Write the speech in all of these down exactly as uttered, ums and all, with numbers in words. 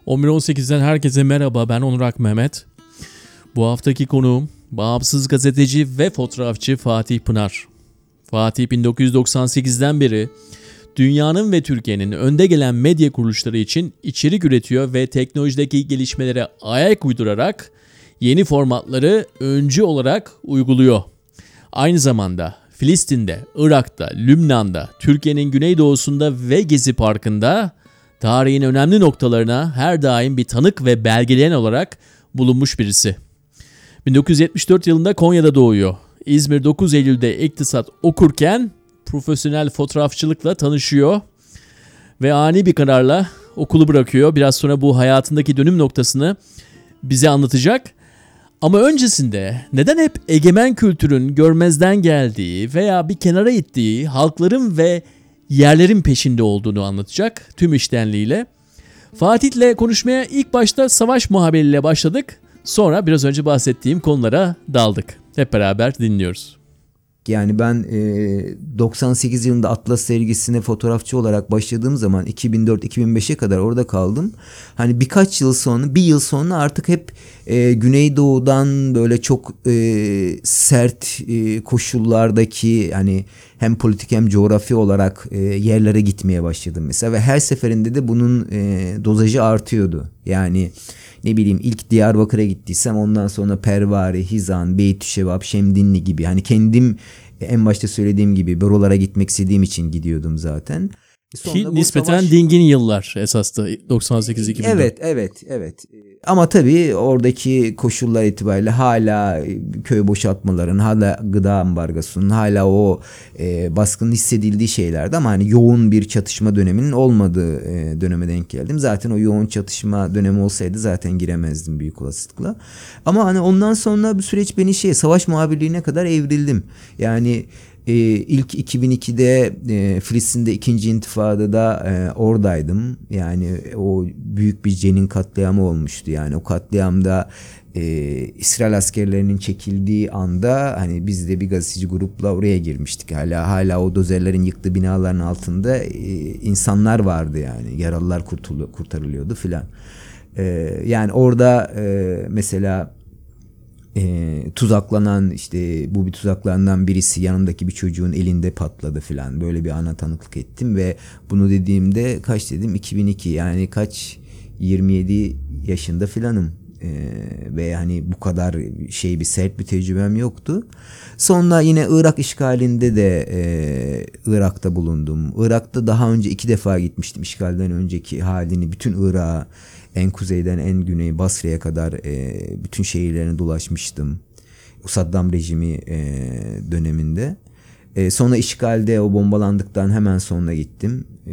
on bir on sekizden herkese merhaba, ben Onur Ak Mehmet. Bu haftaki konuğum bağımsız gazeteci ve fotoğrafçı Fatih Pınar. Fatih bin dokuz yüz doksan sekizden beri dünyanın ve Türkiye'nin önde gelen medya kuruluşları için içerik üretiyor ve teknolojideki gelişmelere ayak uydurarak yeni formatları öncü olarak uyguluyor. Aynı zamanda Filistin'de, Irak'ta, Lübnan'da, Türkiye'nin güneydoğusunda ve Gezi Parkı'nda tarihin önemli noktalarına her daim bir tanık ve belgeleyen olarak bulunmuş birisi. bin dokuz yüz yetmiş dört yılında Konya'da doğuyor. İzmir dokuz Eylül'de iktisat okurken profesyonel fotoğrafçılıkla tanışıyor ve ani bir kararla okulu bırakıyor. Biraz sonra bu hayatındaki dönüm noktasını bize anlatacak. Ama öncesinde neden hep egemen kültürün görmezden geldiği veya bir kenara ittiği halkların ve yerlerin peşinde olduğunu anlatacak tüm içtenliğiyle. Fatih'le konuşmaya ilk başta savaş muhabiriyle başladık. Sonra biraz önce bahsettiğim konulara daldık. Hep beraber dinliyoruz. Yani ben e, doksan sekiz yılında Atlas dergisine fotoğrafçı olarak başladığım zaman iki bin dört iki bin beşe kadar orada kaldım. Hani birkaç yıl sonra, bir yıl sonra artık hep e, Güneydoğu'dan böyle çok e, sert e, koşullardaki hani hem politik hem coğrafi olarak e, yerlere gitmeye başladım mesela ve her seferinde de bunun e, dozajı artıyordu. Yani ne bileyim ilk Diyarbakır'a gittiysem ondan sonra Pervari, Hizan, Beytüşevap, Şemdinli gibi hani kendim en başta söylediğim gibi buralara gitmek istediğim için gidiyordum zaten. Sonra Ki nispeten savaş... dingin yıllar esas da doksan sekiz iki bin dört. Evet, evet, evet. Ama tabii oradaki koşullar itibariyle hala köy boşaltmaların, hala gıda ambargosunun, hala o e, baskının hissedildiği şeylerdi. Ama hani yoğun bir çatışma döneminin olmadığı e, döneme denk geldim. Zaten o yoğun çatışma dönemi olsaydı zaten giremezdim büyük olasılıkla. Ama hani ondan sonra bir süreç beni şey savaş muhabirliğine kadar evrildim. Yani Ee, ilk iki bin ikide e, Filistin'de ikinci intifadada e, oradaydım. Yani o büyük bir Cenin katliamı olmuştu. Yani o katliamda e, İsrail askerlerinin çekildiği anda hani biz de bir gazeteci grupla oraya girmiştik. Hala hala o dozerlerin yıktığı binaların altında e, insanlar vardı yani. Yaralılar kurtulu, kurtarılıyordu filan. E, yani orada e, mesela E, tuzaklanan işte bu bir tuzaklarından birisi yanımdaki bir çocuğun elinde patladı filan böyle bir ana tanıklık ettim ve bunu dediğimde kaç dedim iki bin iki yani kaç yirmi yedi yaşında filanım e, ve hani bu kadar şey bir sert bir tecrübem yoktu. Sonra yine Irak işgalinde de e, Irak'ta bulundum. Irak'ta daha önce iki defa gitmiştim işgalden önceki halini bütün Irak'a en kuzeyden en güney Basra'ya kadar e, bütün şehirlerini dolaşmıştım. Saddam rejimi e, döneminde. E, sonra işgalde o bombalandıktan hemen sonra gittim. E,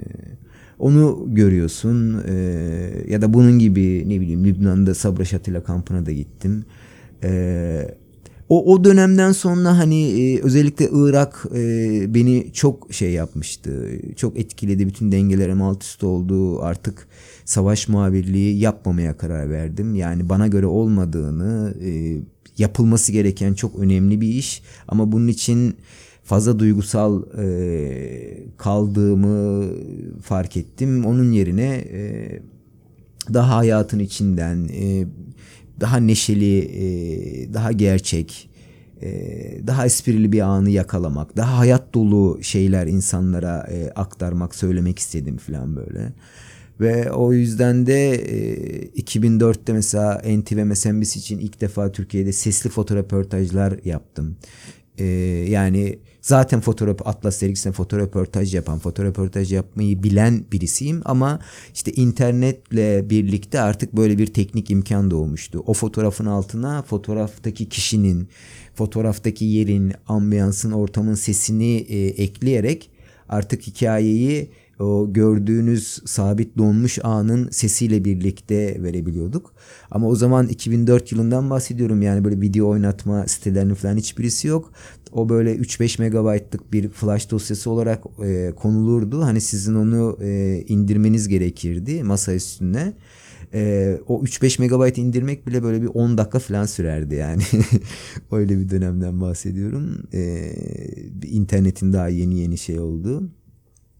onu görüyorsun. E, ya da bunun gibi ne bileyim Lübnan'da Sabra Şatila kampına da gittim. E, o o dönemden sonra hani e, özellikle Irak e, beni çok şey yapmıştı. Çok etkiledi. Bütün dengelerim alt üst oldu. Artık savaş muhabirliği yapmamaya karar verdim. Yani bana göre olmadığını, e, yapılması gereken çok önemli bir iş. Ama bunun için fazla duygusal e, kaldığımı fark ettim. Onun yerine e, daha hayatın içinden, e, daha neşeli, e, daha gerçek, e, daha esprili bir anı yakalamak, daha hayat dolu şeyler insanlara e, aktarmak, söylemek istedim falan böyle. Ve o yüzden de e, iki bin dörtte mesela N T V M S N B C için ilk defa Türkiye'de sesli fotoröportajlar yaptım. E, yani zaten fotoğraf Atlas dergisine fotoröportaj yapan, fotoröportaj yapmayı bilen birisiyim ama işte internetle birlikte artık böyle bir teknik imkan doğmuştu. O fotoğrafın altına fotoğraftaki kişinin, fotoğraftaki yerin, ambiyansın, ortamın sesini e, ekleyerek artık hikayeyi o gördüğünüz sabit donmuş anın sesiyle birlikte verebiliyorduk. Ama o zaman iki bin dört yılından bahsediyorum. Yani böyle video oynatma sitelerinin falan hiçbirisi yok. O böyle üç beş megabaytlık bir flash dosyası olarak e, konulurdu. Hani sizin onu e, indirmeniz gerekirdi masa üstüne. E, o üç beş megabayt indirmek bile böyle bir on dakika falan sürerdi yani. Öyle bir dönemden bahsediyorum. E, internetin daha yeni yeni şey olduğu.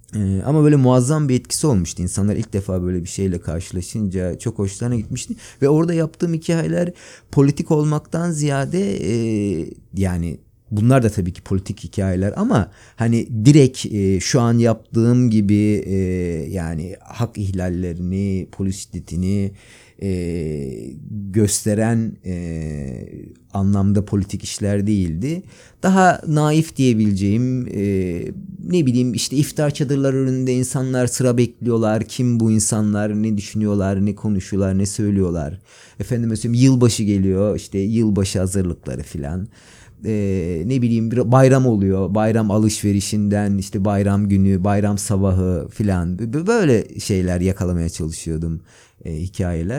Ee, ama böyle muazzam bir etkisi olmuştu. İnsanlar ilk defa böyle bir şeyle karşılaşınca çok hoşlarına gitmişti. Ve orada yaptığım hikayeler politik olmaktan ziyade e, yani bunlar da tabii ki politik hikayeler ama hani direkt e, şu an yaptığım gibi e, yani hak ihlallerini, polis şiddetini e, gösteren e, anlamda politik işler değildi. Daha naif diyebileceğim e, ne bileyim işte iftar çadırları önünde insanlar sıra bekliyorlar. Kim bu insanlar, ne düşünüyorlar, ne konuşuyorlar, ne söylüyorlar. Efendim mesela yılbaşı geliyor, işte yılbaşı hazırlıkları filan. Ee, ne bileyim bir bayram oluyor, bayram alışverişinden işte bayram günü, bayram sabahı filan, böyle şeyler yakalamaya çalışıyordum, e, hikayeler.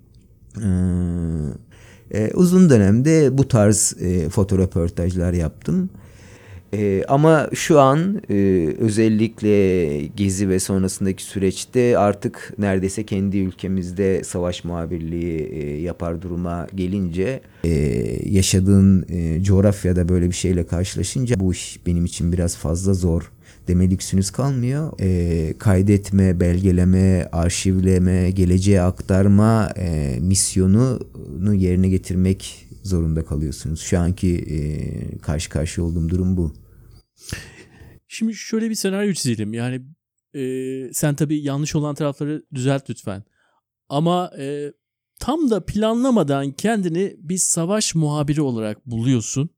Ee, e, uzun dönemde bu tarz e, fotoröportajlar yaptım. Ee, ama şu an e, özellikle Gezi ve sonrasındaki süreçte artık neredeyse kendi ülkemizde savaş muhabirliği e, yapar duruma gelince e, yaşadığın e, coğrafyada böyle bir şeyle karşılaşınca bu iş benim için biraz fazla zor deme lüksünüz kalmıyor. E, kaydetme, belgeleme, arşivleme, geleceğe aktarma e, misyonunu yerine getirmek zorunda kalıyorsunuz. Şu anki e, karşı karşıya olduğum durum bu. Şimdi şöyle bir senaryo çizelim. Yani e, sen tabii yanlış olan tarafları düzelt lütfen. Ama e, tam da planlamadan kendini bir savaş muhabiri olarak buluyorsun.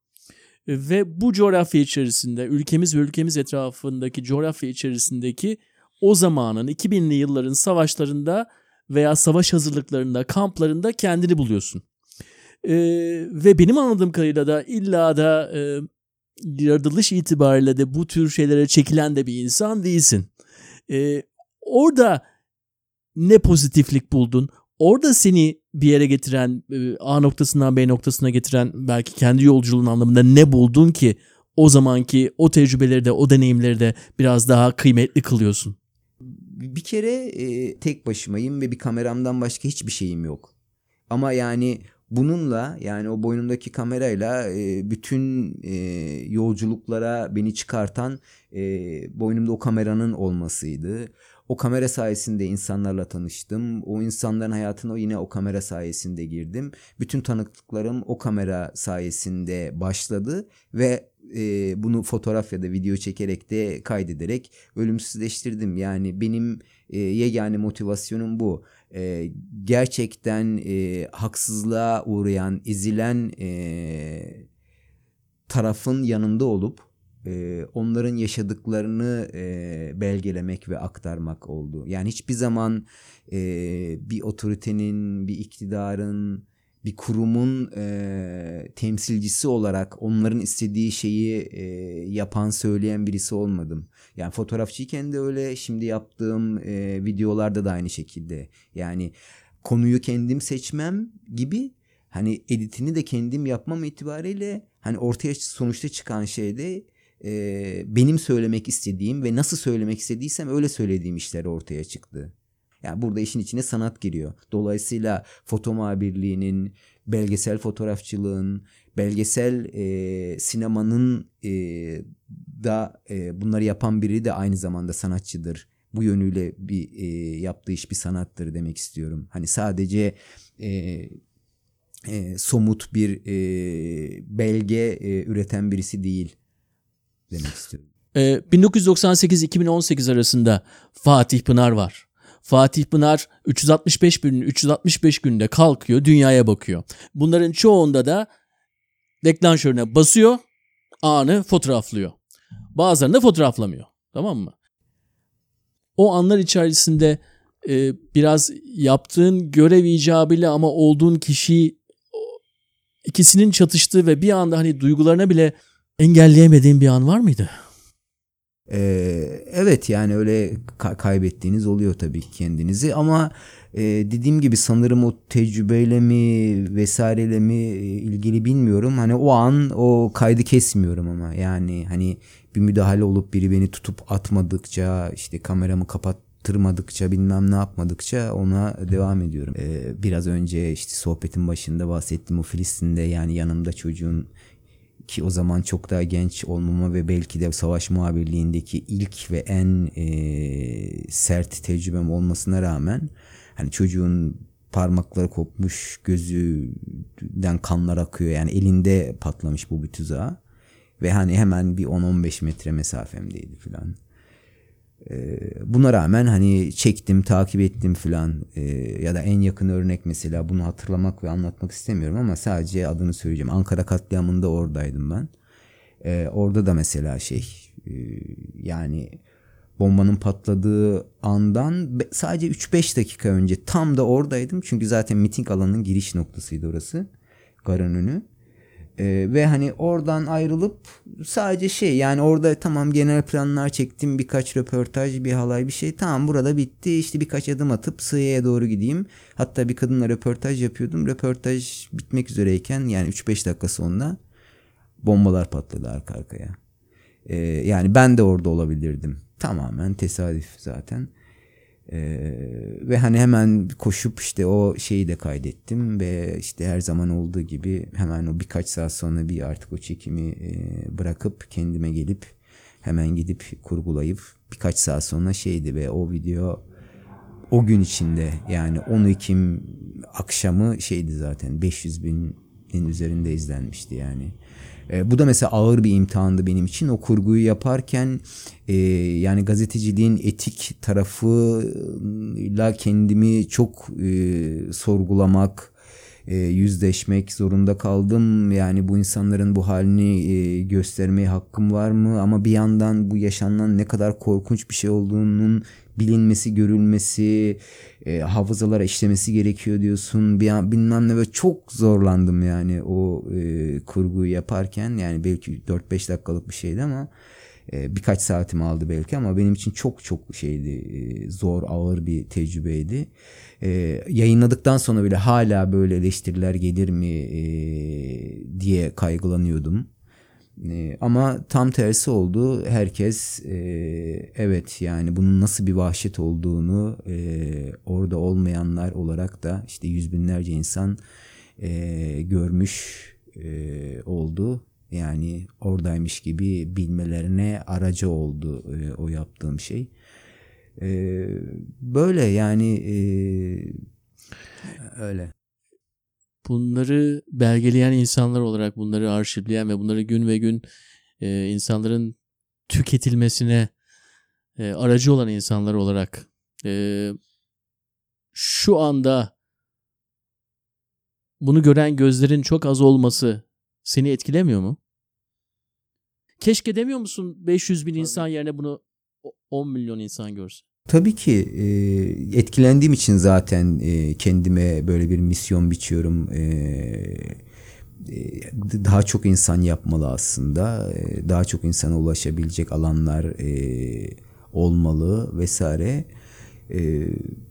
E, ve bu coğrafya içerisinde, ülkemiz ve ülkemiz etrafındaki coğrafya içerisindeki o zamanın iki binli yılların savaşlarında veya savaş hazırlıklarında, kamplarında kendini buluyorsun. E, ve benim anladığım kadarıyla da illa da e, yaratılış itibariyle de bu tür şeylere çekilen de bir insan değilsin. E, orada ne pozitiflik buldun? Orada seni bir yere getiren, e, A noktasından B noktasına getiren belki kendi yolculuğun anlamında ne buldun ki o zamanki o tecrübeleri de o deneyimleri de biraz daha kıymetli kılıyorsun? Bir kere e, tek başımayım ve bir kameramdan başka hiçbir şeyim yok. Ama yani bununla, yani o boynumdaki kamerayla e, bütün e, yolculuklara beni çıkartan e, boynumda o kameranın olmasıydı. O kamera sayesinde insanlarla tanıştım. O insanların hayatına yine o kamera sayesinde girdim. Bütün tanıklıklarım o kamera sayesinde başladı ve e, bunu fotoğraf ya da video çekerek de kaydederek ölümsüzleştirdim. Yani benim e, yegane motivasyonum bu. E, gerçekten e, haksızlığa uğrayan, ezilen e, tarafın yanında olup e, onların yaşadıklarını e, belgelemek ve aktarmak oldu. Yani hiçbir zaman e, bir otoritenin, bir iktidarın, bir kurumun e, temsilcisi olarak onların istediği şeyi e, yapan, söyleyen birisi olmadım. Yani fotoğrafçıyken de öyle, şimdi yaptığım e, videolarda da aynı şekilde. Yani konuyu kendim seçmem gibi, hani editini de kendim yapmam itibariyle hani ortaya sonuçta çıkan şey de e, benim söylemek istediğim ve nasıl söylemek istediysem öyle söylediğim işler ortaya çıktı. Yani burada işin içine sanat giriyor. Dolayısıyla foto muhabirliğinin, belgesel fotoğrafçılığın, belgesel e, sinemanın e, da e, bunları yapan biri de aynı zamanda sanatçıdır. Bu yönüyle bir e, yaptığı iş bir sanattır demek istiyorum. Hani sadece e, e, somut bir e, belge e, üreten birisi değil demek istiyorum. Ee, bin dokuz yüz doksan sekiz iki bin on sekiz arasında Fatih Pınar var. Fatih Pınar üç yüz altmış beş günün üç yüz altmış beş günde kalkıyor, dünyaya bakıyor. Bunların çoğunda da deklanşörüne basıyor, anı fotoğraflıyor. Bazılarını da fotoğraflamıyor. Tamam mı? O anlar içerisinde e, biraz yaptığın görev icabıyla ama olduğun kişi, ikisinin çatıştığı ve bir anda hani duygularına bile engelleyemediğin bir an var mıydı? Ee, evet, yani öyle ka- kaybettiğiniz oluyor tabii ki kendinizi, ama e, dediğim gibi sanırım o tecrübeyle mi vesaireyle mi e, ilgili bilmiyorum. Hani o an o kaydı kesmiyorum, ama yani hani bir müdahale olup biri beni tutup atmadıkça, işte kameramı kapattırmadıkça, bilmem ne yapmadıkça ona devam ediyorum. Ee, biraz önce işte sohbetin başında bahsettiğim o Filistin'de, yani yanımda çocuğun ki o zaman çok daha genç olmama ve belki de savaş muhabirliğindeki ilk ve en e, sert tecrübem olmasına rağmen hani çocuğun parmakları kopmuş, gözünden kanlar akıyor, yani elinde patlamış bu bir tuzağı ve hani hemen bir on on beş metre mesafemdeydi filan. Ee, buna rağmen hani çektim, takip ettim filan. Ee, ya da en yakın örnek, mesela bunu hatırlamak ve anlatmak istemiyorum ama sadece adını söyleyeceğim. Ankara katliamında oradaydım ben. Ee, orada da mesela şey e, yani bombanın patladığı andan sadece üç beş dakika önce tam da oradaydım. Çünkü zaten miting alanının giriş noktasıydı orası. Garın önü. Ee, ve hani oradan ayrılıp sadece şey, yani orada tamam genel planlar çektim, birkaç röportaj, bir halay, bir şey, tamam burada bitti, işte birkaç adım atıp Sığıye'ye doğru gideyim. Hatta bir kadınla röportaj yapıyordum, röportaj bitmek üzereyken yani üç beş dakika sonra bombalar patladı arka arkaya. Ee, yani ben de orada olabilirdim, tamamen tesadüf zaten. Ee, ve hani hemen koşup işte o şeyi de kaydettim ve işte her zaman olduğu gibi hemen o birkaç saat sonra bir artık o çekimi e, bırakıp kendime gelip hemen gidip kurgulayıp birkaç saat sonra şeydi ve o video o gün içinde, yani on Ekim akşamı şeydi zaten, beş yüz binin üzerinde izlenmişti yani. E, bu da mesela ağır bir imtihandı benim için. O kurguyu yaparken e, yani gazeteciliğin etik tarafıyla kendimi çok e, sorgulamak, e, yüzleşmek zorunda kaldım. Yani bu insanların bu halini e, göstermeye hakkım var mı? Ama bir yandan bu yaşanan ne kadar korkunç bir şey olduğunun bilinmesi, görülmesi, e, hafızalara işlemesi gerekiyor diyorsun. Bir an, bilmem ne, ve çok zorlandım yani o e, kurguyu yaparken. Yani belki dört beş dakikalık bir şeydi ama e, birkaç saatimi aldı belki, ama benim için çok çok şeydi, e, zor, ağır bir tecrübeydi. E, yayınladıktan sonra bile hala böyle eleştiriler gelir mi e, diye kaygılanıyordum. Ee, ama tam tersi oldu. Herkes e, evet, yani bunun nasıl bir vahşet olduğunu e, orada olmayanlar olarak da işte yüz binlerce insan e, görmüş e, oldu. Yani oradaymış gibi bilmelerine aracı oldu e, o yaptığım şey. E, böyle yani e, öyle. Bunları belgeleyen insanlar olarak, bunları arşivleyen ve bunları gün ve gün e, insanların tüketilmesine e, aracı olan insanlar olarak e, şu anda bunu gören gözlerin çok az olması seni etkilemiyor mu? Keşke demiyor musun beş yüz bin insan yerine bunu on milyon insan görsün? Tabii ki e, etkilendiğim için zaten e, kendime böyle bir misyon biçiyorum. E, e, daha çok insan yapmalı aslında. E, daha çok insana ulaşabilecek alanlar e, olmalı vesaire. E,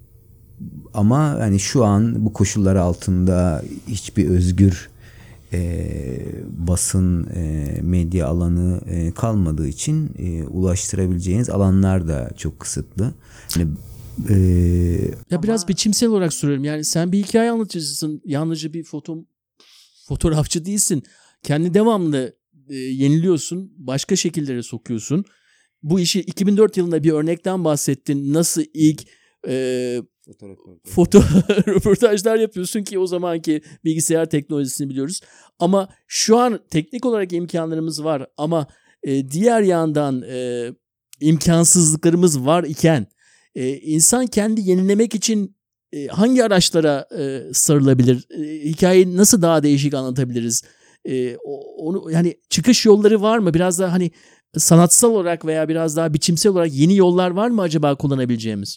ama hani şu an bu koşullar altında hiçbir özgür e, basın, e, medya alanı e, kalmadığı için e, ulaştırabileceğiniz alanlar da çok kısıtlı. Yani, e, Ya ama... biraz biçimsel olarak soruyorum. Yani sen bir hikaye anlatıcısın. Yalnızca bir foto fotoğrafçı değilsin. Kendi devamlı e, yeniliyorsun. Başka şekillere sokuyorsun. Bu işi iki bin dört yılında bir örnekten bahsettin. Nasıl ilk e, foto röportajlar yapıyorsun ki o zamanki bilgisayar teknolojisini biliyoruz. Ama şu an teknik olarak imkanlarımız var ama e, diğer yandan e, imkansızlıklarımız var iken e, insan kendi yenilemek için e, hangi araçlara e, sarılabilir? E, hikayeyi nasıl daha değişik anlatabiliriz? E, onu yani çıkış yolları var mı? Biraz daha hani sanatsal olarak veya biraz daha biçimsel olarak yeni yollar var mı acaba kullanabileceğimiz?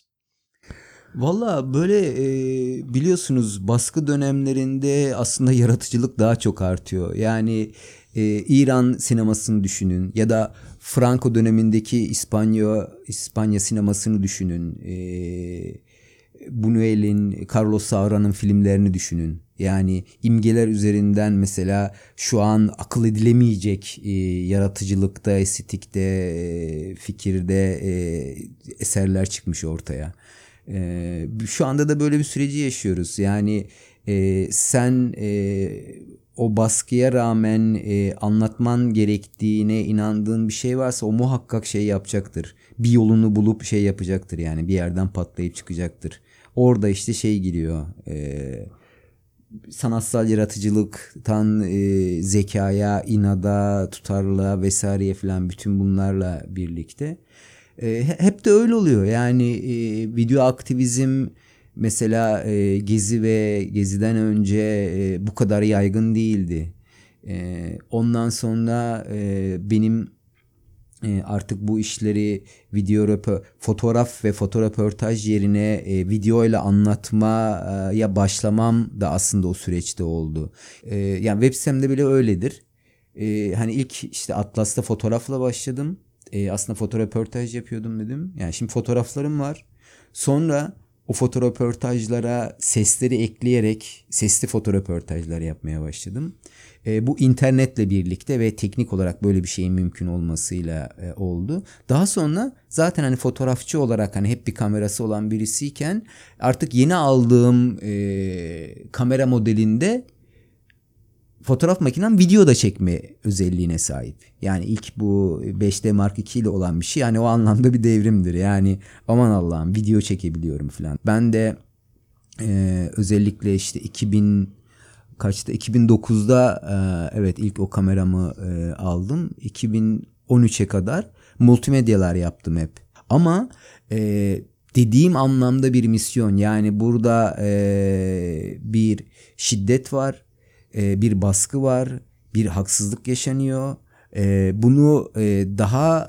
Valla böyle e, biliyorsunuz baskı dönemlerinde aslında yaratıcılık daha çok artıyor. Yani e, İran sinemasını düşünün ya da Franco dönemindeki İspanya İspanya sinemasını düşünün. E, Buñuel'in, Carlos Saura'nın filmlerini düşünün. Yani imgeler üzerinden mesela şu an akıl edilemeyecek e, yaratıcılıkta, estetikte, e, fikirde e, eserler çıkmış ortaya. Ee, şu anda da böyle bir süreci yaşıyoruz. Yani e, sen e, o baskıya rağmen e, anlatman gerektiğine inandığın bir şey varsa o muhakkak şey yapacaktır. Bir yolunu bulup şey yapacaktır, yani bir yerden patlayıp çıkacaktır. Orada işte şey giriyor. E, sanatsal yaratıcılıktan e, zekaya, inada, tutarlılığa vesaireye falan, bütün bunlarla birlikte. E, hep de öyle oluyor. Yani e, video aktivizm mesela e, Gezi ve Gezi'den önce e, bu kadar yaygın değildi. E, ondan sonra e, benim e, artık bu işleri video röpo, fotoğraf ve fotoröportaj yerine e, video ile anlatmaya başlamam da aslında o süreçte oldu. E, yani web sitemde bile öyledir. E, hani ilk işte Atlas'ta fotoğrafla başladım. E, aslında fotoröportaj yapıyordum dedim. Yani şimdi fotoğraflarım var. Sonra o fotoröportajlara sesleri ekleyerek sesli fotoröportajlar yapmaya başladım. E, bu internetle birlikte ve teknik olarak böyle bir şeyin mümkün olmasıyla e, oldu. Daha sonra zaten hani fotoğrafçı olarak hani hep bir kamerası olan birisiyken artık yeni aldığım e, kamera modelinde fotoğraf makinem video da çekme özelliğine sahip. Yani ilk bu beş D Mark iki ile olan bir şey. Yani o anlamda bir devrimdir. Yani aman Allah'ım, video çekebiliyorum falan. Ben de e, özellikle işte iki bin kaçta iki bin dokuzda e, evet ilk o kameramı e, aldım. iki bin on üçe kadar multimedyalar yaptım hep. Ama e, dediğim anlamda bir misyon. Yani burada e, bir şiddet var. Bir baskı var, bir haksızlık yaşanıyor. Bunu daha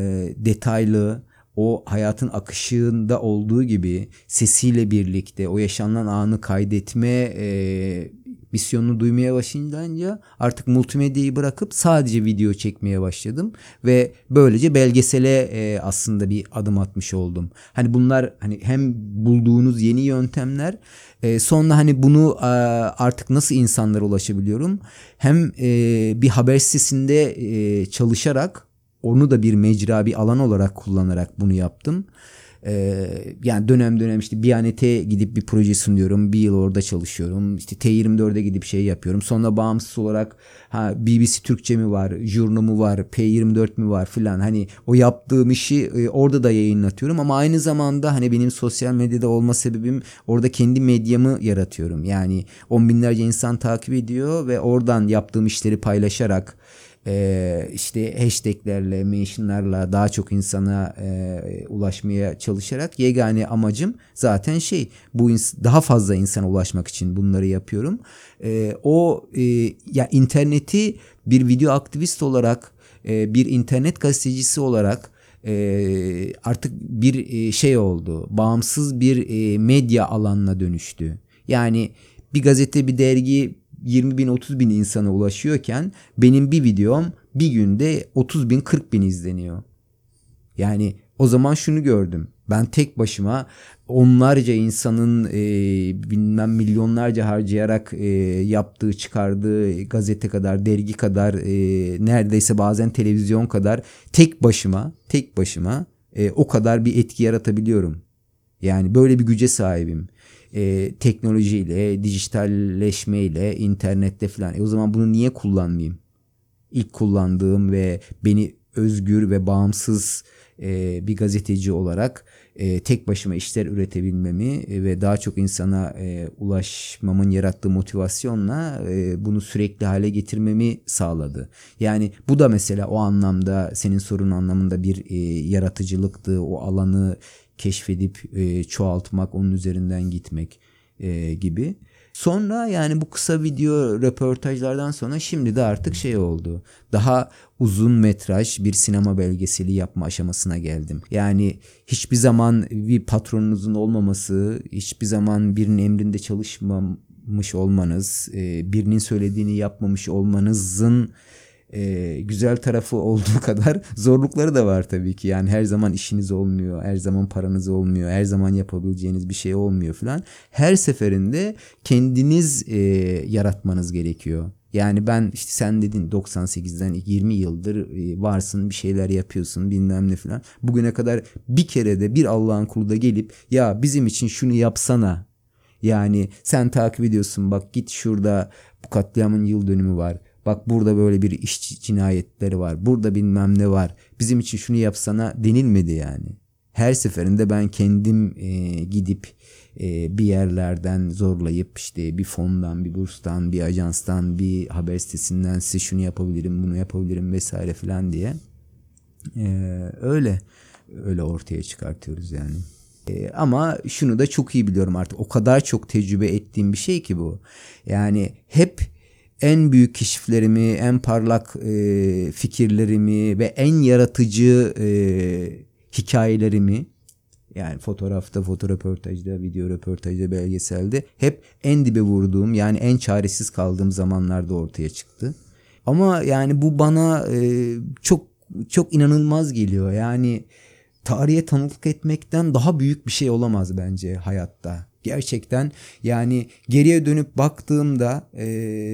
detaylı, o hayatın akışında olduğu gibi sesiyle birlikte o yaşanan anı kaydetme misyonunu duymaya başlayınca artık multimedyayı bırakıp sadece video çekmeye başladım ve böylece belgesele aslında bir adım atmış oldum. Hani bunlar hani hem bulduğunuz yeni yöntemler, sonra hani bunu artık nasıl insanlara ulaşabiliyorum? Hem bir haber sitesinde çalışarak onu da bir mecra, bir alan olarak kullanarak bunu yaptım. Ee, yani dönem dönem işte Biyanet'e gidip bir proje sunuyorum. Bir yıl orada çalışıyorum. İşte T yirmi dörde gidip şey yapıyorum. Sonra bağımsız olarak ha, B B C Türkçe mi var, Journo mu var, P yirmi dört mü var filan. Hani o yaptığım işi e, orada da yayınlatıyorum. Ama aynı zamanda hani benim sosyal medyada olma sebebim, orada kendi medyamı yaratıyorum. Yani on binlerce insan takip ediyor ve oradan yaptığım işleri paylaşarak, Ee, işte hashtaglerle, mentionlarla daha çok insana e, ulaşmaya çalışarak, yegane amacım zaten şey, bu ins- daha fazla insana ulaşmak için bunları yapıyorum. Ee, o e, ya interneti bir video aktivist olarak, e, bir internet gazetecisi olarak e, artık bir e, şey oldu. Bağımsız bir e, medya alanına dönüştü. Yani bir gazete, bir dergi yirmi bin otuz bin insana ulaşıyorken benim bir videom bir günde otuz bin kırk bin izleniyor. Yani o zaman şunu gördüm. Ben tek başıma onlarca insanın e, bilmem milyonlarca harcayarak e, yaptığı, çıkardığı gazete kadar, dergi kadar, e, neredeyse bazen televizyon kadar tek başıma, tek başıma e, o kadar bir etki yaratabiliyorum. Yani böyle bir güce sahibim. E, teknolojiyle, dijitalleşmeyle, internette falan. E o zaman bunu niye kullanmayayım? İlk kullandığım ve beni özgür ve bağımsız e, bir gazeteci olarak e, tek başıma işler üretebilmemi e, ve daha çok insana e, ulaşmamın yarattığı motivasyonla e, bunu sürekli hale getirmemi sağladı. Yani bu da mesela o anlamda, senin sorun anlamında bir e, yaratıcılıktı. O alanı keşfedip e, çoğaltmak, onun üzerinden gitmek e, gibi. Sonra yani bu kısa video röportajlardan sonra şimdi de artık şey oldu. Daha uzun metraj bir sinema belgeseli yapma aşamasına geldim. Yani hiçbir zaman bir patronunuzun olmaması, hiçbir zaman birinin emrinde çalışmamış olmanız, e, birinin söylediğini yapmamış olmanızın Ee, güzel tarafı olduğu kadar zorlukları da var tabii ki. Yani her zaman işiniz olmuyor, her zaman paranız olmuyor, her zaman yapabileceğiniz bir şey olmuyor falan. Her seferinde kendiniz e, yaratmanız gerekiyor. Yani ben işte, sen dedin doksan sekizden yirmi yıldır e, varsın, bir şeyler yapıyorsun bilmem ne falan. Bugüne kadar bir kere de bir Allah'ın kulu da gelip ya bizim için şunu yapsana, Yani sen takip ediyorsun, bak git şurada bu katliamın yıl dönümü var. Bak burada böyle bir işçi cinayetleri var. Burada bilmem ne var. Bizim için şunu yapsana denilmedi yani. Her seferinde ben kendim e, gidip e, bir yerlerden zorlayıp işte bir fondan, bir burstan, bir ajanstan, bir haber sitesinden size şunu yapabilirim, bunu yapabilirim vesaire filan diye e, öyle öyle ortaya çıkartıyoruz yani. E, ama şunu da çok iyi biliyorum artık. O kadar çok tecrübe ettiğim bir şey ki bu. Yani hep en büyük keşiflerimi, en parlak e, fikirlerimi ve en yaratıcı e, hikayelerimi, yani fotoğrafta, fotoröportajda, video röportajda, belgeselde hep en dibe vurduğum, yani en çaresiz kaldığım zamanlarda ortaya çıktı. Ama yani bu bana e, çok çok inanılmaz geliyor. Yani tarihe tanıklık etmekten daha büyük bir şey olamaz bence hayatta. Gerçekten yani geriye dönüp baktığımda e,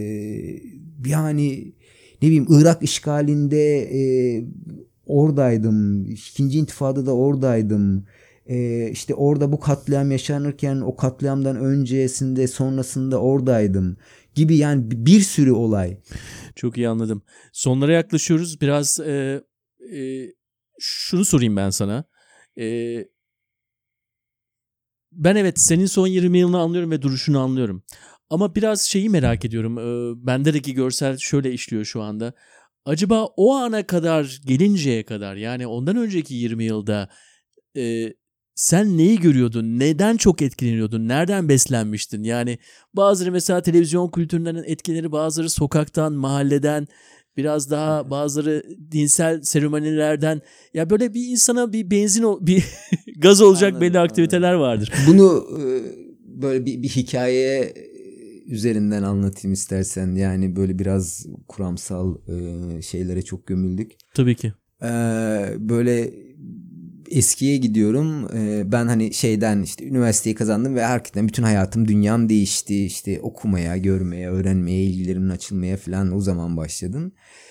yani ne bileyim Irak işgalinde e, oradaydım. İkinci intifadada oradaydım. E, işte orada bu katliam yaşanırken o katliamdan öncesinde sonrasında oradaydım gibi, yani bir sürü olay. Çok iyi anladım. Sonlara yaklaşıyoruz. Biraz e, e, şunu sorayım ben sana. E, ben evet senin son yirmi yılını anlıyorum ve duruşunu anlıyorum. Ama biraz şeyi merak ediyorum. E, bendeki görsel şöyle işliyor şu anda. Acaba o ana kadar gelinceye kadar, yani ondan önceki yirmi yılda e, sen neyi görüyordun? Neden çok etkileniyordun? Nereden beslenmiştin? Yani bazıları mesela televizyon kültüründen etkileri, bazıları sokaktan, mahalleden, biraz daha bazıları dinsel seremonilerden. Ya böyle bir insana bir benzin, bir gaz olacak Anladım, belli aktiviteler anladım. vardır. Bunu e, böyle bir, bir hikaye üzerinden anlatayım istersen. Yani böyle biraz kuramsal e, şeylere çok gömüldük. Tabii ki. Ee, böyle eskiye gidiyorum. Ee, ben hani şeyden işte üniversiteyi kazandım ve hakikaten bütün hayatım, dünyam değişti. İşte okumaya, görmeye, öğrenmeye, ilgilerimin açılmaya falan o zaman başladım.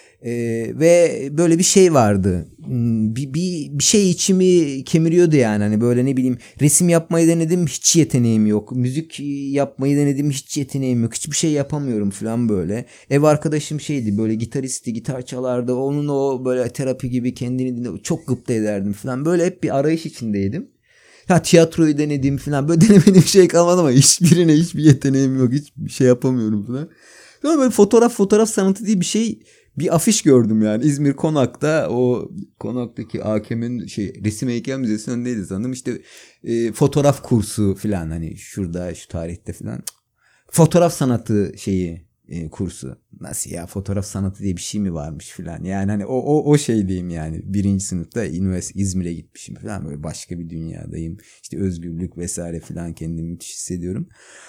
Ee, ve böyle bir şey vardı. Bir, bir, bir şey içimi kemiriyordu yani. Hani böyle ne bileyim, resim yapmayı denedim, hiç yeteneğim yok. Müzik yapmayı denedim, hiç yeteneğim yok. Hiçbir şey yapamıyorum falan böyle. Ev arkadaşım şeydi, böyle gitaristi, gitar çalardı. Onun o böyle terapi gibi kendini dinle, çok gıpta ederdim falan. Böyle hep bir arayış içindeydim. Ya tiyatroyu denedim falan. Böyle denemediğim şey kalmadı ama hiçbirine hiçbir yeteneğim yok. Hiçbir şey yapamıyorum falan. Sonra böyle fotoğraf fotoğraf sanatı diye bir şey, bir afiş gördüm yani İzmir Konak'ta, o Konak'taki A K M'nin şey resim heykel müzesinin önündeydi sanırım, işte e, fotoğraf kursu falan, hani şurada şu tarihte falan, fotoğraf sanatı şeyi e, kursu. Nasıl ya, fotoğraf sanatı diye bir şey mi varmış falan, yani hani o o o şey diyeyim, yani birinci sınıfta üniversite İzmir'e gitmişim falan, böyle başka bir dünyadayım, işte özgürlük vesaire falan, kendimi müthiş hissediyorum.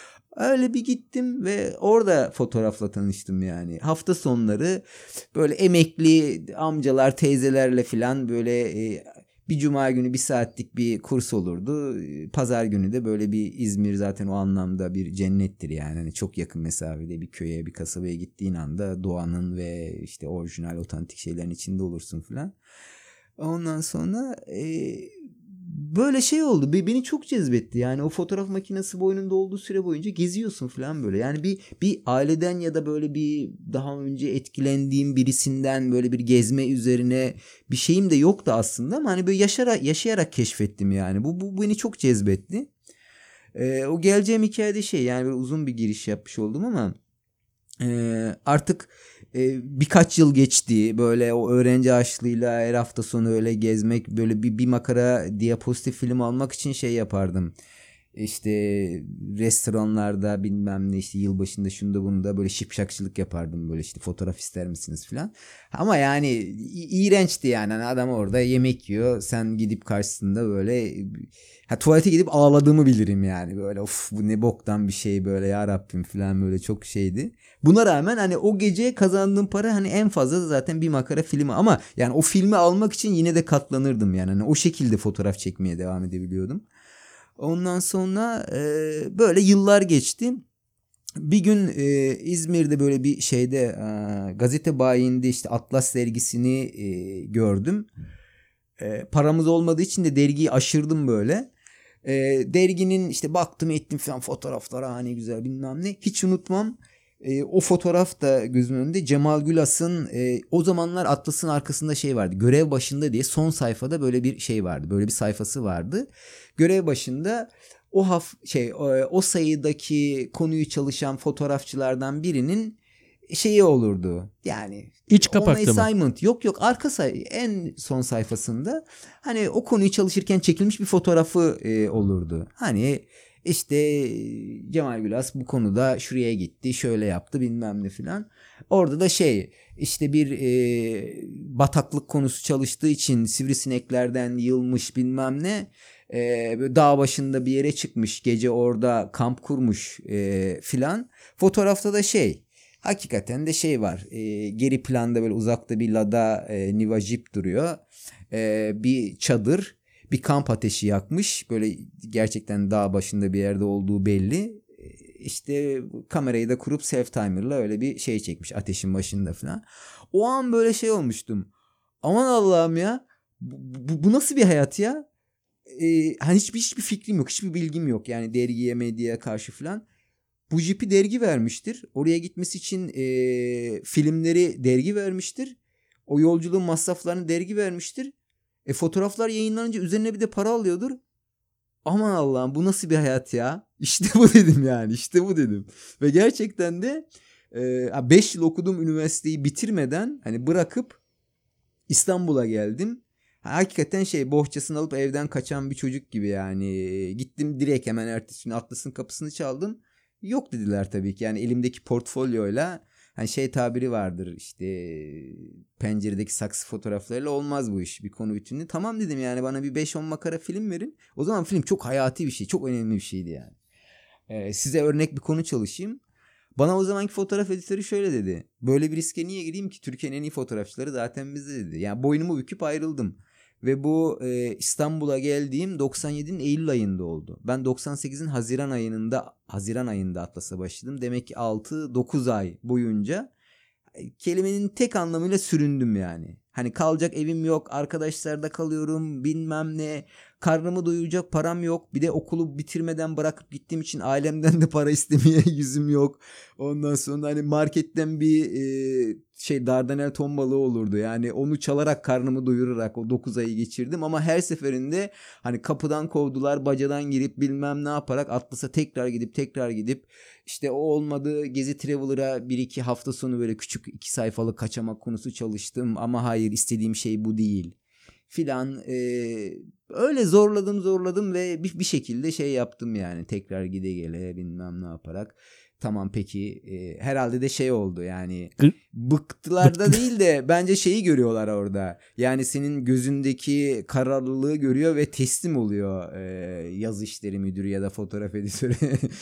Öyle bir gittim ve orada fotoğrafla tanıştım yani. Hafta sonları böyle emekli amcalar, teyzelerle falan böyle e, bir cuma günü bir saatlik bir kurs olurdu. Pazar günü de böyle bir, İzmir zaten o anlamda bir cennettir yani. Hani çok yakın mesafede bir köye, bir kasabaya gittiğin anda doğanın ve işte orijinal, otantik şeylerin içinde olursun falan. Ondan sonra e, böyle şey oldu. Beni çok cezbetti. Yani o fotoğraf makinesi boynunda olduğu süre boyunca geziyorsun falan böyle. Yani bir bir aileden ya da böyle bir daha önce etkilendiğim birisinden böyle bir gezme üzerine bir şeyim de yoktu aslında, ama hani böyle yaşayarak, yaşayarak keşfettim yani. Bu, bu beni çok cezbetti. Ee, o geleceğim hikayede şey, yani böyle uzun bir giriş yapmış oldum ama Ee, artık e, birkaç yıl geçti, böyle o öğrenci açlığıyla her hafta sonu öyle gezmek, böyle bir, bir makara diapozitif film almak için şey yapardım. İşte restoranlarda bilmem ne, işte yılbaşında şunda bunda böyle şipşakçılık yapardım, böyle işte fotoğraf ister misiniz falan. Ama yani i- iğrençti yani. Hani adam orada yemek yiyor, sen gidip karşısında böyle, ha, tuvalete gidip ağladığımı bilirim yani, böyle of bu ne boktan bir şey böyle, ya Rabbim falan, böyle çok şeydi. Buna rağmen hani o gece kazandığım para hani en fazla da zaten bir makara filmi, ama yani o filmi almak için yine de katlanırdım yani. Hani o şekilde fotoğraf çekmeye devam edebiliyordum. Ondan sonra e, böyle yıllar geçti. Bir gün e, İzmir'de böyle bir şeyde e, gazete bayinde işte Atlas dergisini e, gördüm. E, paramız olmadığı için de dergiyi aşırdım böyle. E, derginin işte baktım ettim falan fotoğraflara hani güzel bilmem ne. Hiç unutmam. E, o fotoğraf da gözümün önünde. Cemal Gülas'ın e, o zamanlar Atlas'ın arkasında şey vardı. Görev başında diye son sayfada böyle bir şey vardı. Böyle bir sayfası vardı. Görev başında o haf şey o, o sayıdaki konuyu çalışan fotoğrafçılardan birinin şeyi olurdu. Yani İç kapakta mı? assignment yok yok arka say en son sayfasında hani o konuyu çalışırken çekilmiş bir fotoğrafı e, olurdu. Hani işte Cemal Gülas bu konuda şuraya gitti, şöyle yaptı bilmem ne filan. Orada da şey işte bir e, bataklık konusu çalıştığı için sivrisineklerden yılmış bilmem ne. E, dağ başında bir yere çıkmış, gece orada kamp kurmuş e, filan. Fotoğrafta da şey hakikaten de şey var. E, geri planda böyle uzakta bir Lada e, Niva Jeep duruyor. E, bir çadır. Bir kamp ateşi yakmış. Böyle gerçekten dağ başında bir yerde olduğu belli. İşte kamerayı da kurup self timer'la öyle bir şey çekmiş ateşin başında falan. O an böyle şey olmuştum. Aman Allah'ım ya. Bu, bu, bu nasıl bir hayat ya? Ee, hani hiçbir, hiçbir fikrim yok. Hiçbir bilgim yok. Yani dergiye, medyaya karşı falan. Bu jipi dergi vermiştir. Oraya gitmesi için e, filmleri dergi vermiştir. O yolculuğun masraflarını dergi vermiştir. E fotoğraflar yayınlanınca üzerine bir de para alıyordur. Aman Allah'ım bu nasıl bir hayat ya? İşte bu dedim yani. İşte bu dedim. Ve gerçekten de beş yıl okudum üniversiteyi bitirmeden hani bırakıp İstanbul'a geldim. Hakikaten şey bohçasını alıp evden kaçan bir çocuk gibi yani. Gittim direkt hemen ertesi gün Atlas'ın kapısını çaldım. Yok dediler tabii ki. Yani elimdeki portfolyoyla hani şey tabiri vardır işte penceredeki saksı fotoğraflarıyla olmaz bu iş bir konu bütünlüğü. Tamam dedim yani bana bir beş on makara film verin. O zaman film çok hayati bir şey, çok önemli bir şeydi yani. Ee, size örnek bir konu çalışayım. Bana o zamanki fotoğraf editörü şöyle dedi. Böyle bir riske niye gireyim ki? Türkiye'nin en iyi fotoğrafçıları zaten bizde dedi. Yani boynumu büküp ayrıldım. Ve bu e, İstanbul'a geldiğim doksan yedinin Eylül ayında oldu. Ben doksan sekizin Haziran ayında Haziran ayında Atlas'a başladım. Demek ki altı dokuz ay boyunca kelimenin tek anlamıyla süründüm yani. Hani kalacak evim yok, arkadaşlarda kalıyorum, bilmem ne. Karnımı doyuracak param yok. Bir de okulu bitirmeden bırakıp gittiğim için ailemden de para istemeye yüzüm yok. Ondan sonra hani marketten bir e, şey Dardanel ton balığı olurdu. Yani onu çalarak karnımı doyurarak o dokuz ayı geçirdim. Ama her seferinde hani kapıdan kovdular, bacadan girip bilmem ne yaparak Atlas'a tekrar gidip tekrar gidip işte o olmadı Gezi Traveler'a bir iki hafta sonu böyle küçük iki sayfalık kaçamak konusu çalıştım. Ama hayır istediğim şey bu değil filan ee, öyle zorladım zorladım ve bir, bir şekilde şey yaptım yani tekrar gide gele bilmem ne yaparak tamam peki e, herhalde de şey oldu yani bıktılar da değil de bence şeyi görüyorlar orada yani senin gözündeki kararlılığı görüyor ve teslim oluyor e, yaz işleri müdürü ya da fotoğraf editörü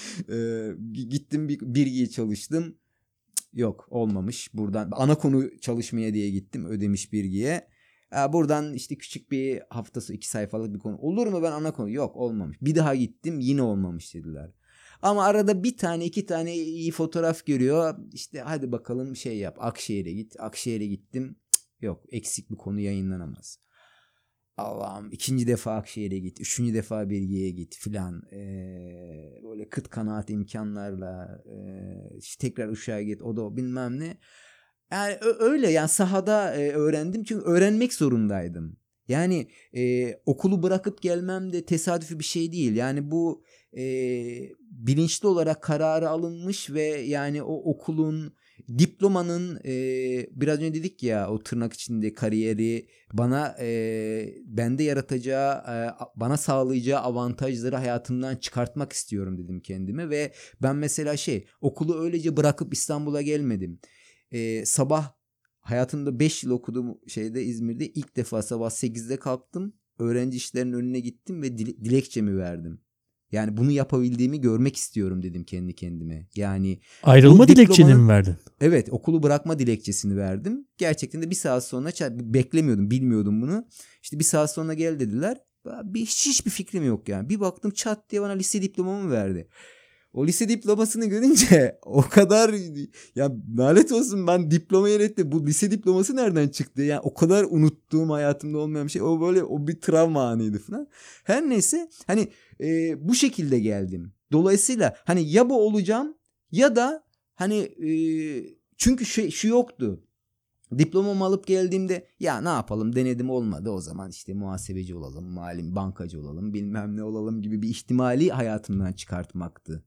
e, gittim bir birgiye çalıştım yok olmamış buradan ana konu çalışmaya diye gittim ödemiş birgiye. Buradan işte küçük bir haftası iki sayfalık bir konu. Olur mu ben ana konu? Yok olmamış. Bir daha gittim yine olmamış dediler. Ama arada bir tane iki tane iyi fotoğraf görüyor. İşte hadi bakalım şey yap. Akşehir'e git. Akşehir'e gittim. Cık, yok eksik bir konu yayınlanamaz. Allah'ım ikinci defa Akşehir'e git. Üçüncü defa Bilgi'ye git filan. Ee, böyle kıt kanaat imkanlarla e, işte tekrar Uşak'a git. O da bilmem ne. Yani öyle yani sahada e, öğrendim çünkü öğrenmek zorundaydım. Yani e, okulu bırakıp gelmem de tesadüfi bir şey değil. Yani bu e, bilinçli olarak kararı alınmış ve yani o okulun diplomanın e, biraz önce dedik ya o tırnak içinde kariyeri bana e, bende yaratacağı e, bana sağlayacağı avantajları hayatımdan çıkartmak istiyorum dedim kendime ve ben mesela şey okulu öylece bırakıp İstanbul'a gelmedim. Ee, sabah hayatımda beş yıl okuduğum şeyde İzmir'de ilk defa sabah sekizde kalktım. Öğrenci işlerinin önüne gittim ve dile- dilekçemi verdim. Yani bunu yapabildiğimi görmek istiyorum dedim kendi kendime. Yani ayrılma dilekçeni mi verdin? Evet okulu bırakma dilekçesini verdim. Gerçekten de bir saat sonra beklemiyordum bilmiyordum bunu. İşte bir saat sonra gel dediler. Bir, hiçbir fikrim yok yani. Bir baktım çat diye bana lise diplomamı verdi. o lise diplomasını görünce o kadar ya lanet olsun ben diplomayı reddet bu lise diploması nereden çıktı? Yani o kadar unuttuğum hayatımda olmayan bir şey. O böyle o bir travma anıydı falan. Her neyse hani e, bu şekilde geldim. Dolayısıyla hani ya bu olacağım ya da hani e, çünkü şey şu yoktu. Diplomamı alıp geldiğimde ya ne yapalım denedim olmadı o zaman işte muhasebeci olalım, mali bankacı olalım, bilmem ne olalım gibi bir ihtimali hayatımdan çıkartmaktı.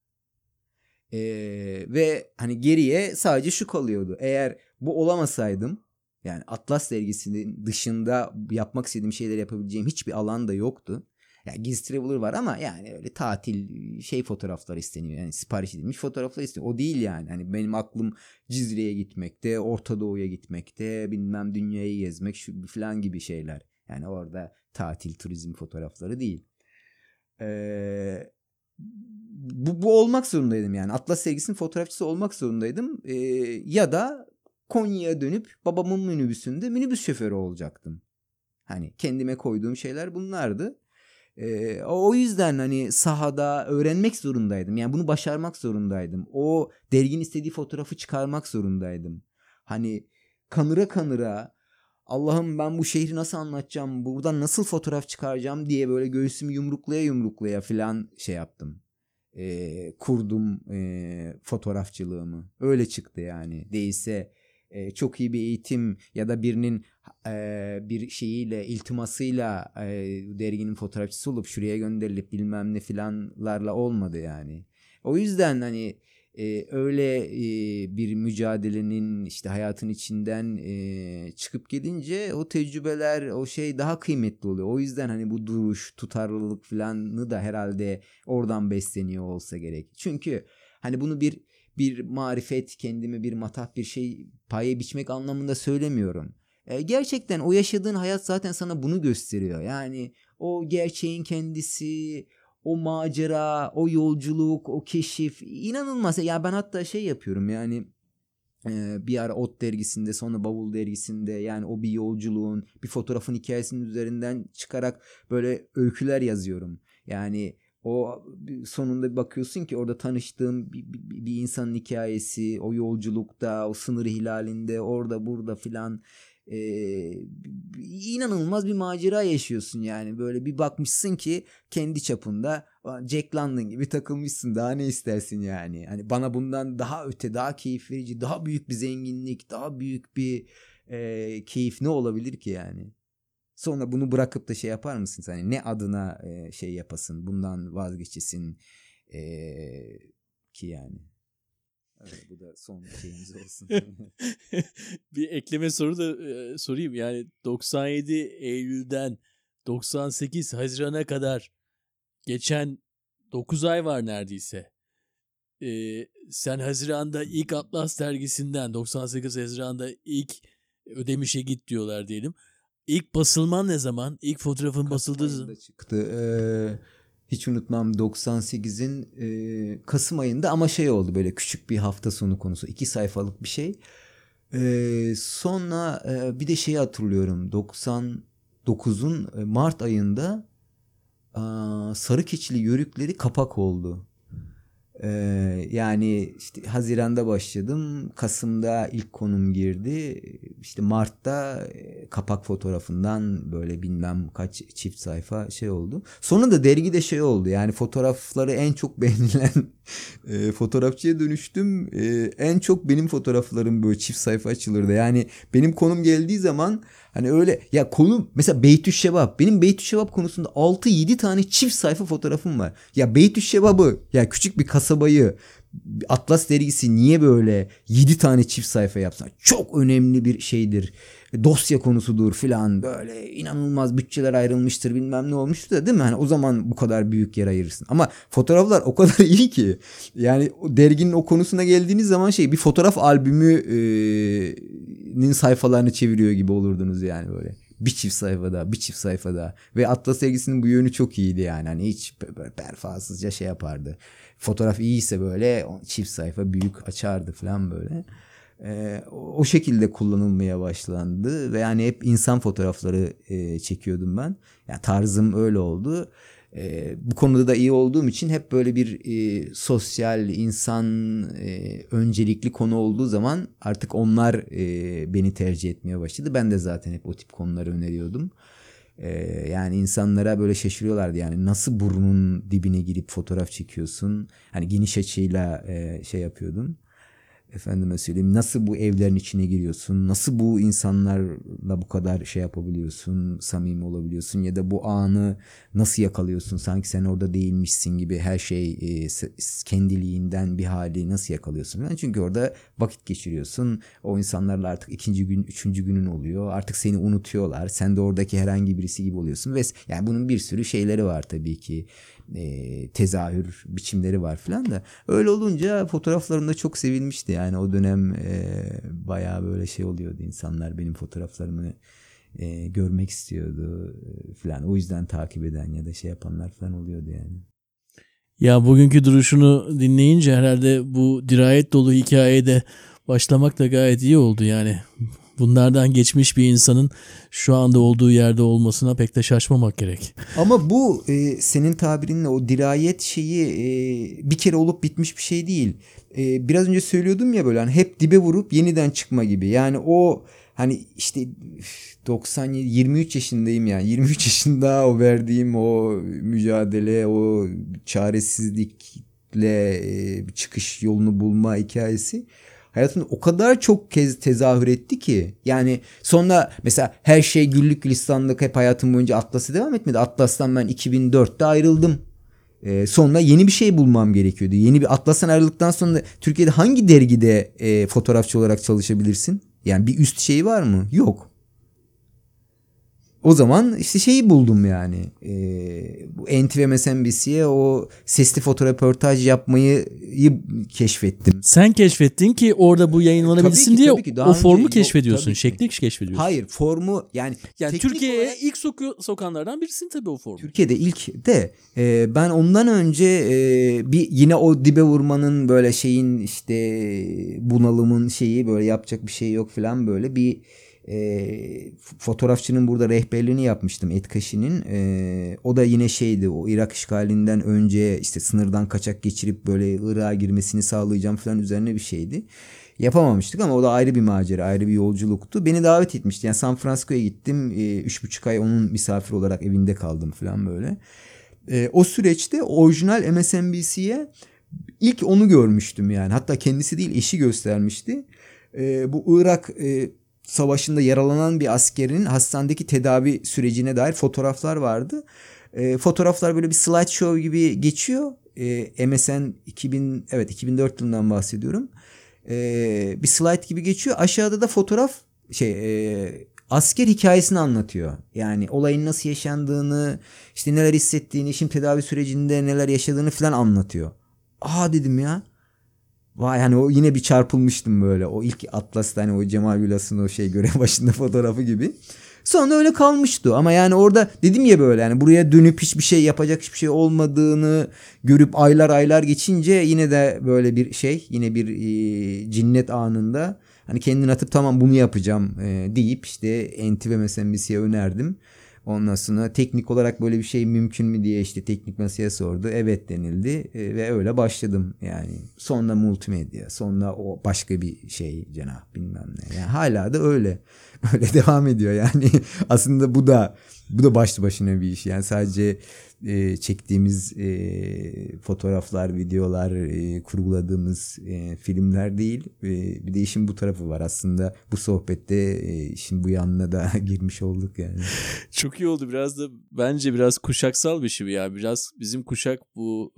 Ee, ve hani geriye sadece şu kalıyordu. Eğer bu olamasaydım yani Atlas dergisinin dışında yapmak istediğim şeyleri yapabileceğim hiçbir alan da yoktu. Yani Gizli Traveler var ama yani öyle tatil şey fotoğraflar isteniyor. Yani sipariş edilmiş fotoğraflar isteniyor. O değil yani. Hani benim aklım Cizre'ye gitmekte, Orta Doğu'ya gitmekte, bilmem dünyayı gezmek şu falan gibi şeyler. Yani orada tatil, turizm fotoğrafları değil. Ee, bu, bu olmak zorundaydım yani. Atlas sergisinin fotoğrafçısı olmak zorundaydım. Ee, ya da Konya'ya dönüp babamın minibüsünde minibüs şoförü olacaktım. Hani kendime koyduğum şeyler bunlardı. Ee, o yüzden hani sahada öğrenmek zorundaydım. Yani bunu başarmak zorundaydım. O derginin istediği fotoğrafı çıkarmak zorundaydım. Hani kanıra kanıra Allah'ım ben bu şehri nasıl anlatacağım, buradan nasıl fotoğraf çıkaracağım diye böyle göğsümü yumruklaya yumruklaya falan şey yaptım. Ee, kurdum e, fotoğrafçılığımı. Öyle çıktı yani. Değilse e, çok iyi bir eğitim ya da birinin e, bir şeyiyle, iltimasıyla e, derginin fotoğrafçısı olup şuraya gönderilip bilmem ne filanlarla olmadı yani. O yüzden hani e, öyle e, bir mücadelenin işte hayatın içinden e, çıkıp gelince o tecrübeler, o şey daha kıymetli oluyor. O yüzden hani bu duruş, tutarlılık filanı da herhalde oradan besleniyor olsa gerek. Çünkü hani bunu bir bir marifet, kendime bir matah bir şey paye biçmek anlamında söylemiyorum. E, gerçekten o yaşadığın hayat zaten sana bunu gösteriyor. Yani o gerçeğin kendisi, o macera, o yolculuk, o keşif inanılmaz. Ya ben hatta şey yapıyorum yani e, bir ara Ot dergisinde sonra Bavul dergisinde yani o bir yolculuğun bir fotoğrafın hikayesinin üzerinden çıkarak böyle öyküler yazıyorum. Yani o sonunda bakıyorsun ki orada tanıştığım bir, bir, bir insanın hikayesi, o yolculukta, o sınır ihlalinde, orada burada filan ee, inanılmaz bir macera yaşıyorsun yani. Böyle bir bakmışsın ki kendi çapında Jack London gibi takılmışsın. Daha ne istersin yani? Hani bana bundan daha öte, daha keyif verici, daha büyük bir zenginlik, daha büyük bir e, keyif ne olabilir ki yani? Sonra bunu bırakıp da şey yapar mısın? Hani ne adına e, şey yapasın, bundan vazgeçesin e, ki yani. Evet, bu da son şeyimiz olsun. Bir ekleme soru da e, sorayım. Yani doksan yedi Eylül'den doksan sekiz Haziran'a kadar geçen dokuz ay var neredeyse. Ee, sen Haziran'da ilk Atlas dergisinden doksan sekiz Haziran'da ilk Ödemiş'e git diyorlar diyelim. İlk basılman ne zaman? İlk fotoğrafın basıldığı zaman çıktı. Ee, hiç unutmam doksan sekizin e, Kasım ayında ama şey oldu böyle küçük bir hafta sonu konusu. iki sayfalık bir şey. Ee, sonra e, bir de şeyi hatırlıyorum. doksan dokuzun Mart ayında aa, Sarı Keçili Yörükleri kapak oldu. Ee, yani işte Haziran'da başladım. Kasım'da ilk konum girdi. İşte Mart'ta e, kapak fotoğrafından böyle bilmem kaç çift sayfa şey oldu. Sonra da dergide şey oldu. Yani fotoğrafları en çok beğenilen e, fotoğrafçıya dönüştüm. E, en çok benim fotoğraflarım böyle çift sayfa açılırdı. Yani benim konum geldiği zaman hani öyle ya konum mesela Beytüşşebap. Benim Beytüşşebap konusunda altı yedi tane çift sayfa fotoğrafım var. Ya Beytüşşebap'ı ya küçük bir kasabayı Atlas dergisi niye böyle yedi tane çift sayfa yapsın? Çok önemli bir şeydir. Dosya konusudur filan böyle inanılmaz bütçeler ayrılmıştır bilmem ne olmuştur da değil mi? Hani o zaman bu kadar büyük yer ayırırsın. Ama fotoğraflar o kadar iyi ki yani o derginin o konusuna geldiğiniz zaman şey bir fotoğraf albümünün sayfalarını çeviriyor gibi olurdunuz yani böyle. Bir çift sayfada, bir çift sayfada ve Atlas dergisinin bu yönü çok iyiydi yani. Hani hiç böyle pervasızca şey yapardı. Fotoğraf iyiyse böyle çift sayfa büyük açardı falan böyle. Ee, o şekilde kullanılmaya başlandı ve yani hep insan fotoğrafları e, çekiyordum ben. Yani tarzım öyle oldu. E, bu konuda da iyi olduğum için hep böyle bir e, sosyal, insan e, öncelikli konu olduğu zaman artık onlar e, beni tercih etmeye başladı. Ben de zaten hep o tip konuları öneriyordum. E, yani insanlara böyle şaşırıyorlardı, yani nasıl burnun dibine girip fotoğraf çekiyorsun? Hani geniş açıyla e, şey yapıyordum. Efendime söyleyeyim, nasıl bu evlerin içine giriyorsun, nasıl bu insanlarla bu kadar şey yapabiliyorsun, samimi olabiliyorsun, ya da bu anı nasıl yakalıyorsun, sanki sen orada değilmişsin gibi, her şey e, kendiliğinden bir hali nasıl yakalıyorsun yani, çünkü orada vakit geçiriyorsun, o insanlarla artık ikinci gün, üçüncü günün oluyor, artık seni unutuyorlar, sen de oradaki herhangi birisi gibi oluyorsun ve yani bunun bir sürü şeyleri var tabii ki. E, tezahür biçimleri var filan da, öyle olunca fotoğraflarımda çok sevilmişti yani o dönem. E, bayağı böyle şey oluyordu, insanlar benim fotoğraflarımı e, görmek istiyordu e, filan, o yüzden takip eden ya da şey yapanlar filan oluyordu yani. Ya bugünkü duruşunu dinleyince herhalde bu dirayet dolu hikayede başlamak da gayet iyi oldu yani. Bunlardan geçmiş bir insanın şu anda olduğu yerde olmasına pek de şaşmamak gerek. Ama bu e, senin tabirinle o dirayet şeyi e, bir kere olup bitmiş bir şey değil. E, biraz önce söylüyordum ya, böyle hani hep dibe vurup yeniden çıkma gibi. Yani o hani işte doksan yedi, yirmi üç yaşındayım yani. yirmi üç yaşında o verdiğim o mücadele, o çaresizlikle e, çıkış yolunu bulma hikayesi hayatımda o kadar çok kez tezahür etti ki. Yani sonra mesela her şey güllük gülistanlık hep hayatım boyunca Atlas'a devam etmedi. Atlas'tan ben iki bin dörtte ayrıldım. Ee, sonra yeni bir şey bulmam gerekiyordu. Yeni bir Atlas'tan ayrıldıktan sonra Türkiye'de hangi dergide e, fotoğrafçı olarak çalışabilirsin? Yani bir üst şey var mı? Yok. O zaman işte şeyi buldum yani. E, bu N T V M S N B C'ye o sesli fotoröportaj yapmayı keşfettim. Sen keşfettin ki orada bu yayınlanabilsin Tabii ki, diye tabii ki. Daha o formu önce- keşfediyorsun. Yok, tabii Şekli ki. keşfediyorsun. Hayır, formu yani, Yani teknik Türkiye'ye olarak- ilk soku- sokanlardan birisin tabii o formu. Türkiye'de ilk de e, ben ondan önce e, bir yine o dibe vurmanın böyle şeyin işte bunalımın şeyi, böyle yapacak bir şey yok falan, böyle bir e, fotoğrafçının burada rehberliğini yapmıştım, Etkaşi'nin. E, o da yine şeydi, o Irak işgalinden önce işte sınırdan kaçak geçirip böyle Irak'a girmesini sağlayacağım falan üzerine bir şeydi. Yapamamıştık ama o da ayrı bir macera, ayrı bir yolculuktu. Beni davet etmişti. Yani San Francisco'ya gittim. E, üç buçuk ay onun misafir olarak evinde kaldım falan böyle. E, o süreçte orijinal M S N B C'ye ilk onu görmüştüm yani. Hatta kendisi değil, eşi göstermişti. E, bu Irak e, savaşında yaralanan bir askerin hastanedeki tedavi sürecine dair fotoğraflar vardı. E, fotoğraflar böyle bir slideshow gibi geçiyor. E, M S N iki bin, evet iki bin dört yılından bahsediyorum. Ee, bir slide gibi geçiyor. Aşağıda da fotoğraf şey e, asker hikayesini anlatıyor. Yani olayın nasıl yaşandığını, işte neler hissettiğini, şimdi tedavi sürecinde neler yaşadığını falan anlatıyor. Aa dedim ya. Vay, hani o yine bir çarpılmıştım böyle. O ilk Atlas'ta hani o Cemal Gülas'ın o şey görev başında fotoğrafı gibi. Sonra öyle kalmıştı ama yani orada dedim ya, böyle yani buraya dönüp hiçbir şey yapacak hiçbir şey olmadığını görüp aylar aylar geçince yine de böyle bir şey, yine bir e, cinnet anında hani kendini atıp tamam bunu yapacağım e, deyip işte N T V M S N B C'ye önerdim. Ondan sonra teknik olarak böyle bir şey mümkün mü diye işte teknik masaya sordu. Evet denildi e, ve öyle başladım yani. Sonra multimedya, sonra o başka bir şey cenah bilmem ne. Yani hala da öyle. Öyle devam ediyor yani. Aslında bu da bu da başlı başına bir iş. Yani sadece e, çektiğimiz e, fotoğraflar, videolar, e, kurguladığımız e, filmler değil. E, bir de işin bu tarafı var. Aslında bu sohbette e, işin bu yanına da girmiş olduk yani. Çok iyi oldu. Biraz da bence biraz kuşaksal bir şey ya. Biraz bizim kuşak bu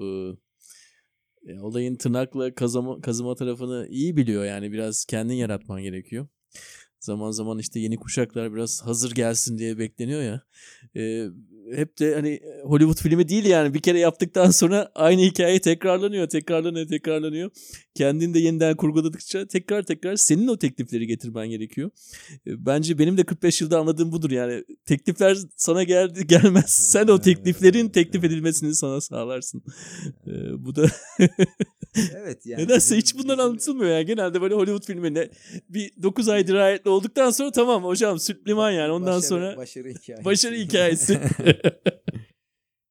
e, olayın tırnakla kazıma, kazıma tarafını iyi biliyor. Yani biraz kendin yaratman gerekiyor. Zaman zaman işte yeni kuşaklar biraz hazır gelsin diye bekleniyor ya. Ee, hep de hani Hollywood filmi değil yani, bir kere yaptıktan sonra aynı hikaye tekrarlanıyor, tekrarlanıyor, tekrarlanıyor. Kendini de yeniden kurguladıkça tekrar tekrar senin o teklifleri getirmen gerekiyor. Ee, bence benim de kırk beş yılda anladığım budur yani. Teklifler sana geldi gelmez. Sen o tekliflerin teklif edilmesini sana sağlarsın. Ee, bu da Evet yani. nedense bizim- hiç bunlar bizim- anlatılmıyor yani. Genelde böyle Hollywood filminde bir dokuz ay dirayetli olduktan sonra tamam hocam süt liman yani, ondan Başarı- sonra başarı hikayesi. başarı hikayesi.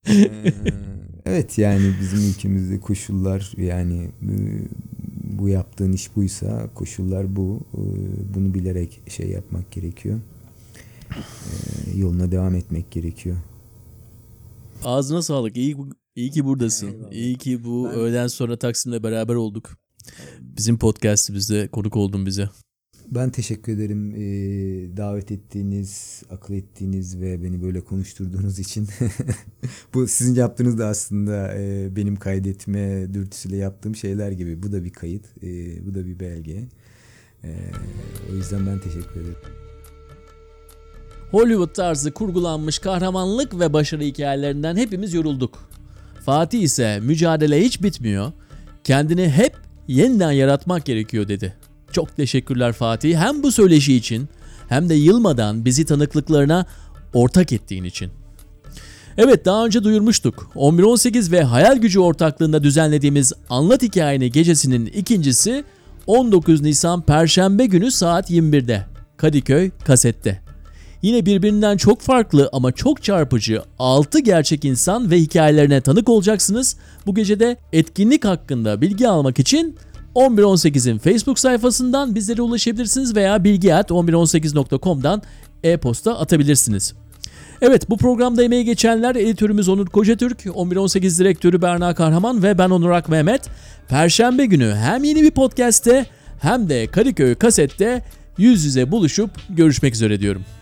Ee, evet yani bizim ülkemizde koşullar yani e, bu yaptığın iş buysa koşullar bu. E, bunu bilerek şey yapmak gerekiyor. E, yoluna devam etmek gerekiyor. Ağzına sağlık. İyi, iyi ki buradasın. Eyvallah. İyi ki bu Ben- öğleden sonra Taksim'le beraber olduk. Bizim podcast'imizde konuk oldun bize. Ben teşekkür ederim ee, davet ettiğiniz, akıl ettiğiniz ve beni böyle konuşturduğunuz için. Bu sizin yaptığınız da aslında e, benim kaydetme dürtüsüyle yaptığım şeyler gibi. Bu da bir kayıt, e, bu da bir belge. E, o yüzden ben teşekkür ederim. Hollywood tarzı kurgulanmış kahramanlık ve başarı hikayelerinden hepimiz yorulduk. Fatih ise mücadele hiç bitmiyor. Kendini hep yeniden yaratmak gerekiyor dedi. Çok teşekkürler Fatih. Hem bu söyleşi için hem de yılmadan bizi tanıklıklarına ortak ettiğin için. Evet, daha önce duyurmuştuk. on bir on sekiz ve Hayal Gücü ortaklığında düzenlediğimiz Anlat Hikayeni gecesinin ikincisi on dokuz Nisan Perşembe günü saat yirmi birde Kadıköy Kaset'te. Yine birbirinden çok farklı ama çok çarpıcı altı gerçek insan ve hikayelerine tanık olacaksınız. Bu gecede etkinlik hakkında bilgi almak için on bir on sekizin Facebook sayfasından bizlere ulaşabilirsiniz veya bilgi at on bir on sekiz nokta com'dan e-posta atabilirsiniz. Evet, bu programda emeği geçenler editörümüz Onur Kocatürk, on bir on sekiz direktörü Berna Kahraman ve ben Onur Ak Mehmet. Perşembe günü hem yeni bir podcast'te hem de Kadıköy Kaset'te yüz yüze buluşup görüşmek üzere diyorum.